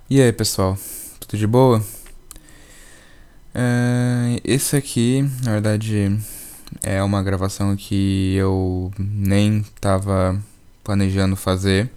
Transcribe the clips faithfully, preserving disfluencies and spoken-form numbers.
E aí, pessoal, tudo de boa? É, esse aqui, na verdade, é uma gravação que eu nem tava planejando fazer,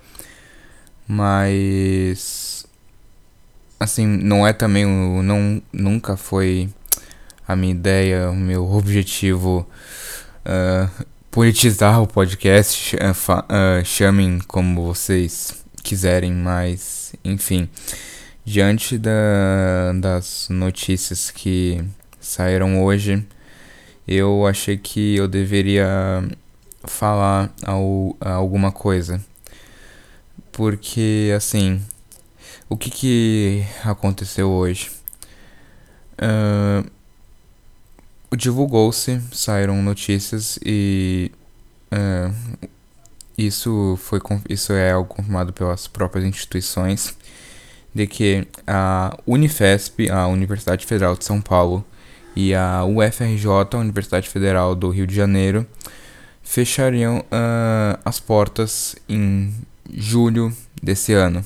mas assim, não é também o não nunca foi a minha ideia, o meu objetivo uh, politizar o podcast, uh, fa- uh, chamem como vocês quiserem, mas enfim. Diante da, das notícias que saíram hoje, eu achei que eu deveria falar ao, alguma coisa. Porque, assim, o que, que aconteceu hoje? Uh, Divulgou-se, saíram notícias e uh, isso, foi, isso é algo confirmado pelas próprias instituições de que a Unifesp, a Universidade Federal de São Paulo, e a U F R J, a Universidade Federal do Rio de Janeiro, fechariam uh, as portas em julho desse ano.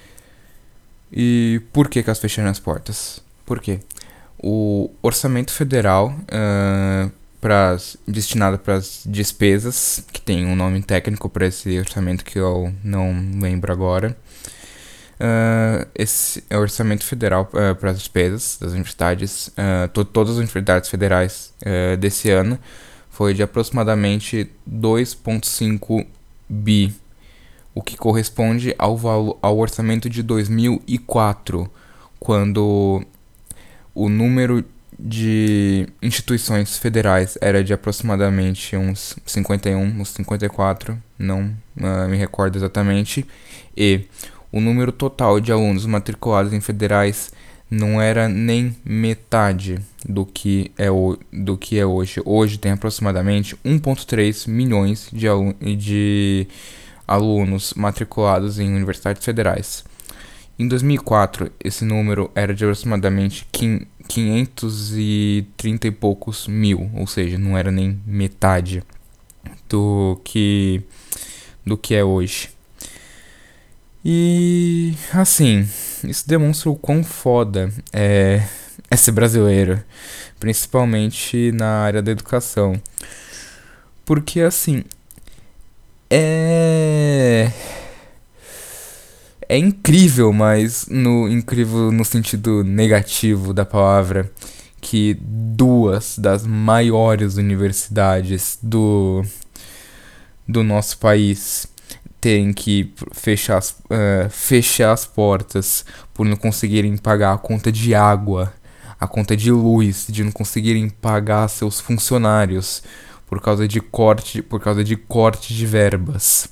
E por que, que elas fechariam as portas? Por quê? O orçamento federal uh, pras, destinado para as despesas, que tem um nome técnico para esse orçamento que eu não lembro agora. Uh, esse é o orçamento federal uh, para as despesas das universidades, uh, to- todas as universidades federais uh, desse ano, foi de aproximadamente dois vírgula cinco bi, o que corresponde ao, valo- ao orçamento de dois mil e quatro, quando o número de instituições federais era de aproximadamente uns cinquenta e um, uns cinquenta e quatro, não uh, me recordo exatamente, e o número total de alunos matriculados em federais não era nem metade do que é, o, do que é hoje. Hoje tem aproximadamente um vírgula três milhões de, alu de alunos matriculados em universidades federais. Em dois mil e quatro, esse número era de aproximadamente quinhentos e trinta e poucos mil, ou seja, não era nem metade do que, do que é hoje. E assim, isso demonstra o quão foda é, é ser brasileiro, principalmente na área da educação. Porque assim, é. É incrível, mas no incrível no sentido negativo da palavra, que duas das maiores universidades do, do nosso país terem que fechar as, uh, fechar as portas por não conseguirem pagar a conta de água, a conta de luz, de não conseguirem pagar seus funcionários por causa de corte, por causa de corte de verbas.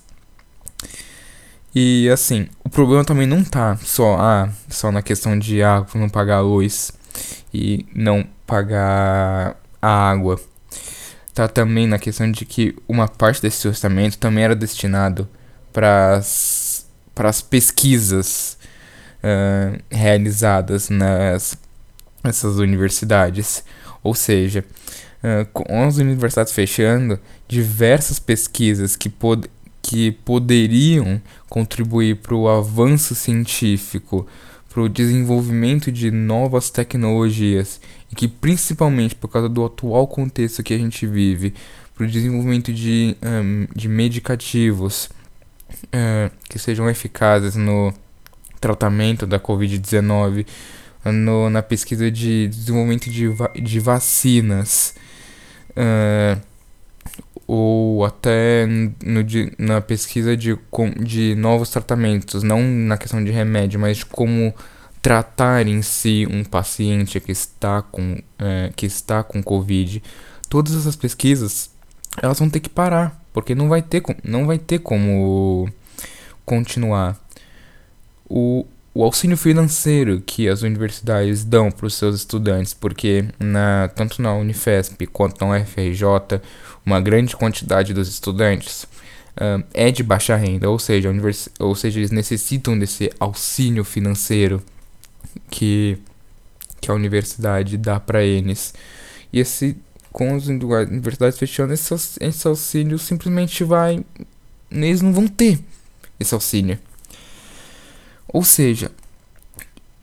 E assim, o problema também não tá só, ah, só na questão de ah, não pagar a luz e não pagar a água. Tá também na questão de que uma parte desse orçamento também era destinado para as pesquisas uh, realizadas nas essas universidades. Ou seja, uh, com as universidades fechando, diversas pesquisas que, pod que poderiam contribuir para o avanço científico, para o desenvolvimento de novas tecnologias, e que principalmente por causa do atual contexto que a gente vive, para o desenvolvimento de, um, de medicativos uh, que sejam eficazes no tratamento da covid dezenove, no, na pesquisa de desenvolvimento de, va de vacinas, uh, ou até no, de, na pesquisa de, de novos tratamentos, não na questão de remédio, mas de como tratar em si um paciente que está com, é, que está com Covid. Todas essas pesquisas, elas vão ter que parar, porque não vai ter, não vai ter como continuar. O, o auxílio financeiro que as universidades dão para os seus estudantes, porque na, tanto na Unifesp quanto na U F R J, uma grande quantidade dos estudantes uh, é de baixa renda, ou seja, ou seja, eles necessitam desse auxílio financeiro que, que a universidade dá para eles. E esse, com as universidades fechando, esse, esse auxílio simplesmente vai. Eles não vão ter esse auxílio. Ou seja,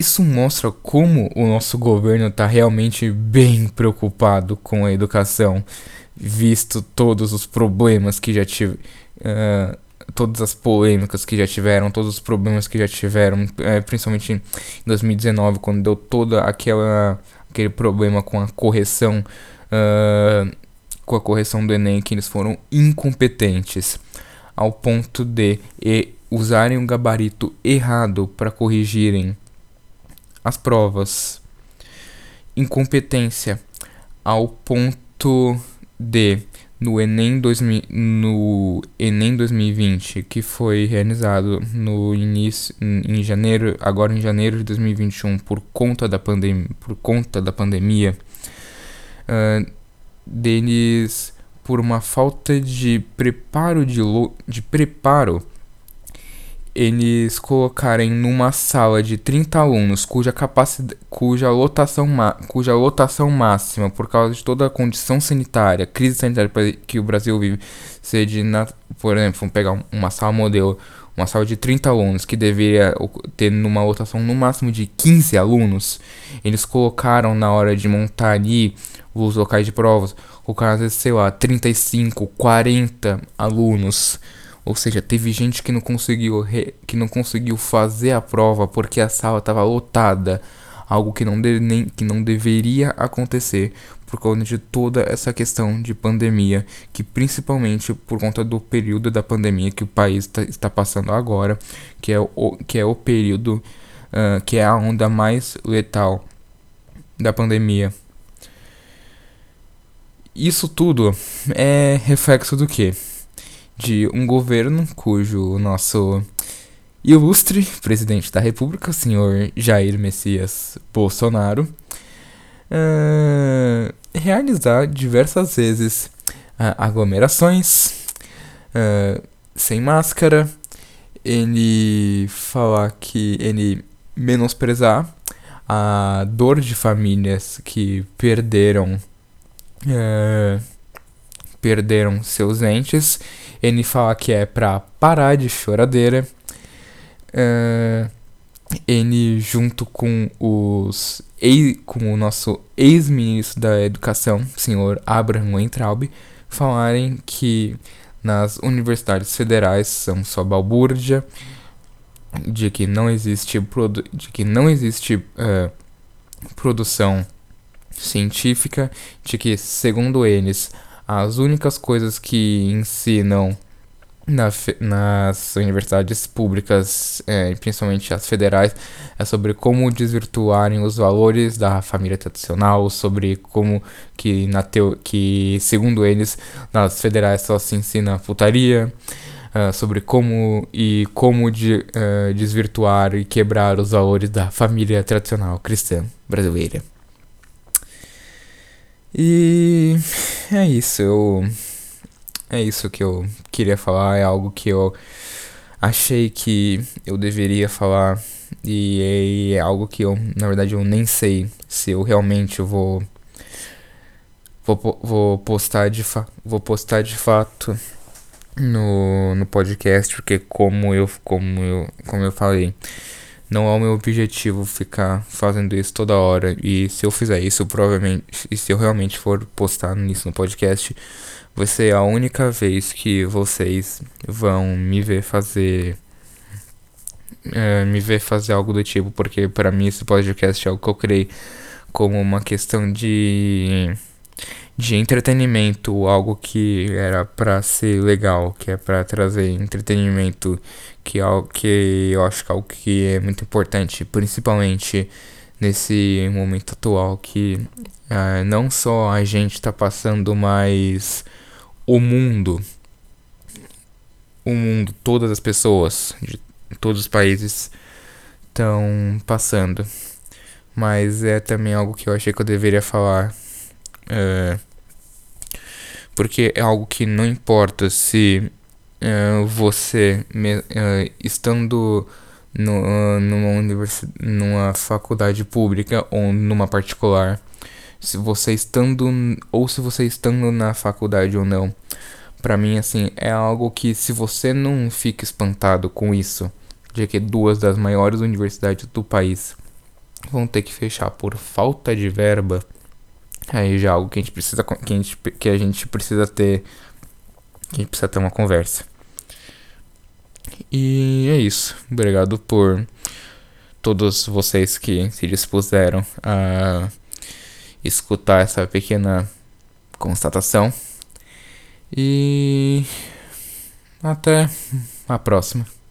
Isso mostra como o nosso governo está realmente bem preocupado com a educação, visto todos os problemas que já tive, uh, todas as polêmicas que já tiveram, todos os problemas que já tiveram, uh, principalmente em dois mil e dezenove, quando deu toda aquela aquele problema com a correção, uh, com a correção do Enem, que eles foram incompetentes ao ponto de e, usarem um gabarito errado para corrigirem as provas. Incompetência ao ponto de no Enem, dois mil, no Enem dois mil e vinte, que foi realizado no início em janeiro, agora em janeiro de dois mil e vinte e um, por conta da pandemia, por conta da pandemia, uh, deles, por uma falta de preparo de, lo, de preparo eles colocarem numa sala de trinta alunos cuja capacidade, cuja lotação, cuja lotação máxima, por causa de toda a condição sanitária, crise sanitária que o Brasil vive, seja, na, por exemplo, vamos pegar uma sala modelo, uma sala de trinta alunos que deveria ter numa lotação no máximo de quinze alunos, eles colocaram na hora de montar ali os locais de provas, colocaram às vezes, sei lá, trinta e cinco, quarenta alunos. Ou seja, teve gente que não conseguiu, re... que não conseguiu fazer a prova porque a sala estava lotada. Algo que não, de... Nem... que não deveria acontecer por conta de toda essa questão de pandemia. Que principalmente por conta do período da pandemia que o país tá... está passando agora. Que é o, que é o período, uh, que é a onda mais letal da pandemia. Isso tudo é reflexo do quê? De um governo cujo nosso ilustre presidente da República, o senhor Jair Messias Bolsonaro, uh, realizar diversas vezes uh, aglomerações uh, sem máscara, ele falar que ele menosprezar a dor de famílias que perderam uh, perderam seus entes. Ele fala que é pra parar de choradeira. Uh, ele, junto com os ex, com o nosso ex-ministro da Educação, senhor Abraham Weintraub, falarem que nas universidades federais são só balbúrdia, de que não existe, produ- de que não existe uh, produção científica, de que, segundo eles, as únicas coisas que ensinam na fe- nas universidades públicas, é, principalmente as federais, é sobre como desvirtuarem os valores da família tradicional, sobre como que, na teo- que segundo eles, nas federais só se ensina putaria, uh, sobre como e como de, uh, desvirtuar e quebrar os valores da família tradicional cristã brasileira. E é isso, eu, é isso que eu queria falar, é algo que eu achei que eu deveria falar e é algo que eu, na verdade, eu nem sei se eu realmente vou vou, vou postar de fa- vou postar de fato no, no podcast, porque como eu, como eu, como eu falei, não é o meu objetivo ficar fazendo isso toda hora. E se eu fizer isso, provavelmente, e se eu realmente for postar nisso no podcast, vai ser a única vez que vocês vão me ver fazer é, me ver fazer algo do tipo, porque para mim esse podcast é algo que eu criei como uma questão de de entretenimento, algo que era pra ser legal, que é pra trazer entretenimento, que é algo que eu acho que é algo que é muito importante, principalmente nesse momento atual, que uh, não só a gente tá passando, mas o mundo, o mundo, todas as pessoas de todos os países estão passando. Mas é também algo que eu achei que eu deveria falar. Uh, porque é algo que não importa se uh, você, me, uh, estando no, uh, numa, universi- numa faculdade pública ou numa particular, se você estando ou se você estando na faculdade ou não, pra mim assim é algo que, se você não fica espantado com isso, de que duas das maiores universidades do país vão ter que fechar por falta de verba, aí já é algo que a gente precisa que a gente, que a gente precisa ter, que a gente precisa ter uma conversa. E é isso. Obrigado por todos vocês que se dispuseram a escutar essa pequena constatação. E até a próxima.